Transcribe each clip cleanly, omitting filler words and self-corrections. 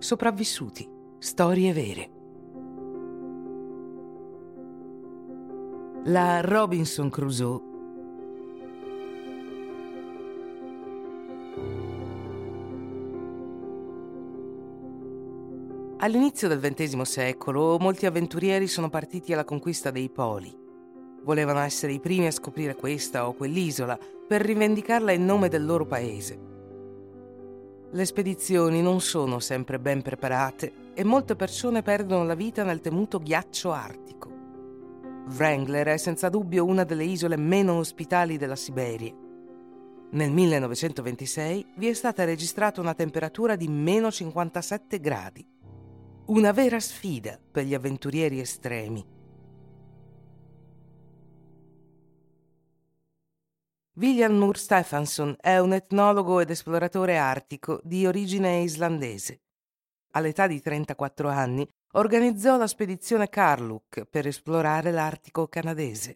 Sopravvissuti, storie vere. La Robinson Crusoe all'inizio del XX secolo molti avventurieri sono partiti alla conquista dei poli. Volevano essere i primi a scoprire questa o quell'isola per rivendicarla in nome del loro paese. Le spedizioni non sono sempre ben preparate e molte persone perdono la vita nel temuto ghiaccio artico. Wrangler è senza dubbio una delle isole meno ospitali della Siberia. Nel 1926 vi è stata registrata una temperatura di meno 57 gradi. Una vera sfida per gli avventurieri estremi. William Moore Stefansson è un etnologo ed esploratore artico di origine islandese. All'età di 34 anni organizzò la spedizione Karluk per esplorare l'Artico canadese.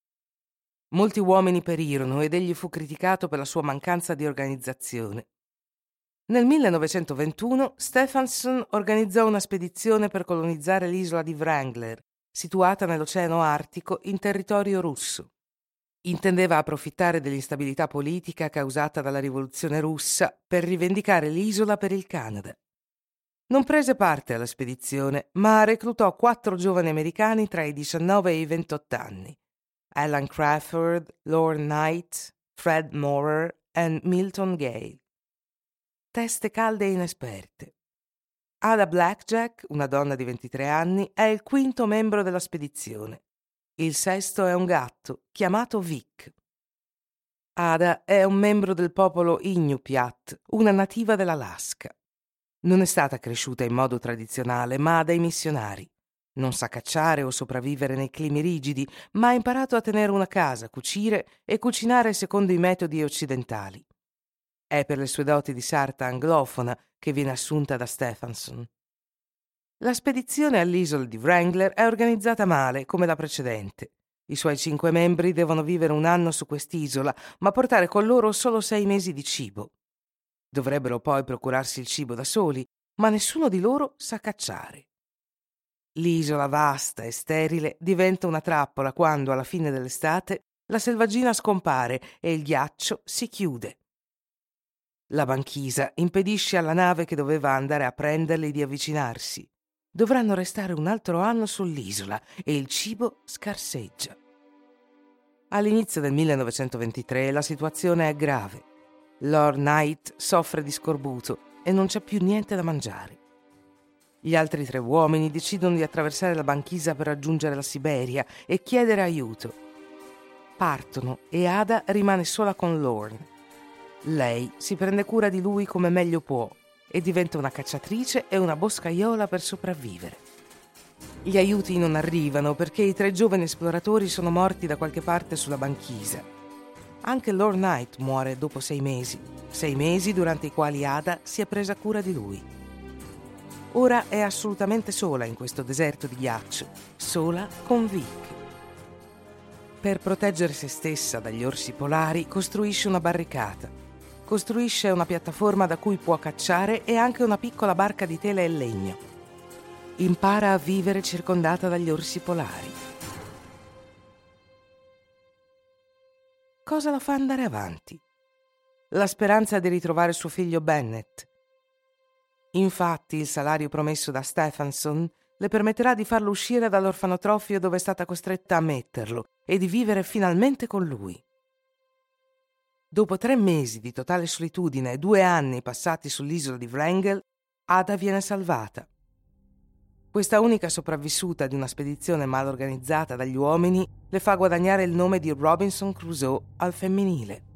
Molti uomini perirono ed egli fu criticato per la sua mancanza di organizzazione. Nel 1921 Stefansson organizzò una spedizione per colonizzare l'isola di Wrangler, situata nell'Oceano Artico in territorio russo. Intendeva approfittare dell'instabilità politica causata dalla rivoluzione russa per rivendicare l'isola per il Canada. Non prese parte alla spedizione, ma reclutò 4 giovani americani tra i 19 e i 28 anni: Alan Crawford, Lorne Knight, Fred Maurer e Milton Gale. Teste calde e inesperte. Ada Blackjack, una donna di 23 anni, è il 5º membro della spedizione. Il 6º è un gatto, chiamato Vic. Ada è un membro del popolo Inupiat, una nativa dell'Alaska. Non è stata cresciuta in modo tradizionale, ma dai missionari. Non sa cacciare o sopravvivere nei climi rigidi, ma ha imparato a tenere una casa, cucire e cucinare secondo i metodi occidentali. È per le sue doti di sarta anglofona che viene assunta da Stefansson. La spedizione all'isola di Wrangler è organizzata male, come la precedente. I suoi 5 membri devono vivere un anno su quest'isola, ma portare con loro solo 6 mesi di cibo. Dovrebbero poi procurarsi il cibo da soli, ma nessuno di loro sa cacciare. L'isola vasta e sterile diventa una trappola quando, alla fine dell'estate, la selvaggina scompare e il ghiaccio si chiude. La banchisa impedisce alla nave che doveva andare a prenderli di avvicinarsi. Dovranno restare un altro anno sull'isola e il cibo scarseggia. All'inizio del 1923 la situazione è grave. Lord Knight soffre di scorbuto e non c'è più niente da mangiare. Gli altri 3 uomini decidono di attraversare la banchisa per raggiungere la Siberia e chiedere aiuto. Partono e Ada rimane sola con Lorne. Lei si prende cura di lui come meglio può e diventa una cacciatrice e una boscaiola per sopravvivere. Gli aiuti non arrivano perché i 3 giovani esploratori sono morti da qualche parte sulla banchisa. Anche Lord Knight muore dopo 6 mesi, 6 mesi durante i quali Ada si è presa cura di lui. Ora è assolutamente sola in questo deserto di ghiaccio, sola con Vic. Per proteggere se stessa dagli orsi polari costruisce una barricata. Costruisce una piattaforma da cui può cacciare e anche una piccola barca di tela e legno. Impara a vivere circondata dagli orsi polari. Cosa la fa andare avanti? La speranza di ritrovare suo figlio Bennett. Infatti il salario promesso da Stefansson le permetterà di farlo uscire dall'orfanotrofio dove è stata costretta a metterlo e di vivere finalmente con lui. Dopo 3 mesi di totale solitudine e 2 anni passati sull'isola di Wrangel, Ada viene salvata. Questa unica sopravvissuta di una spedizione mal organizzata dagli uomini le fa guadagnare il nome di Robinson Crusoe al femminile.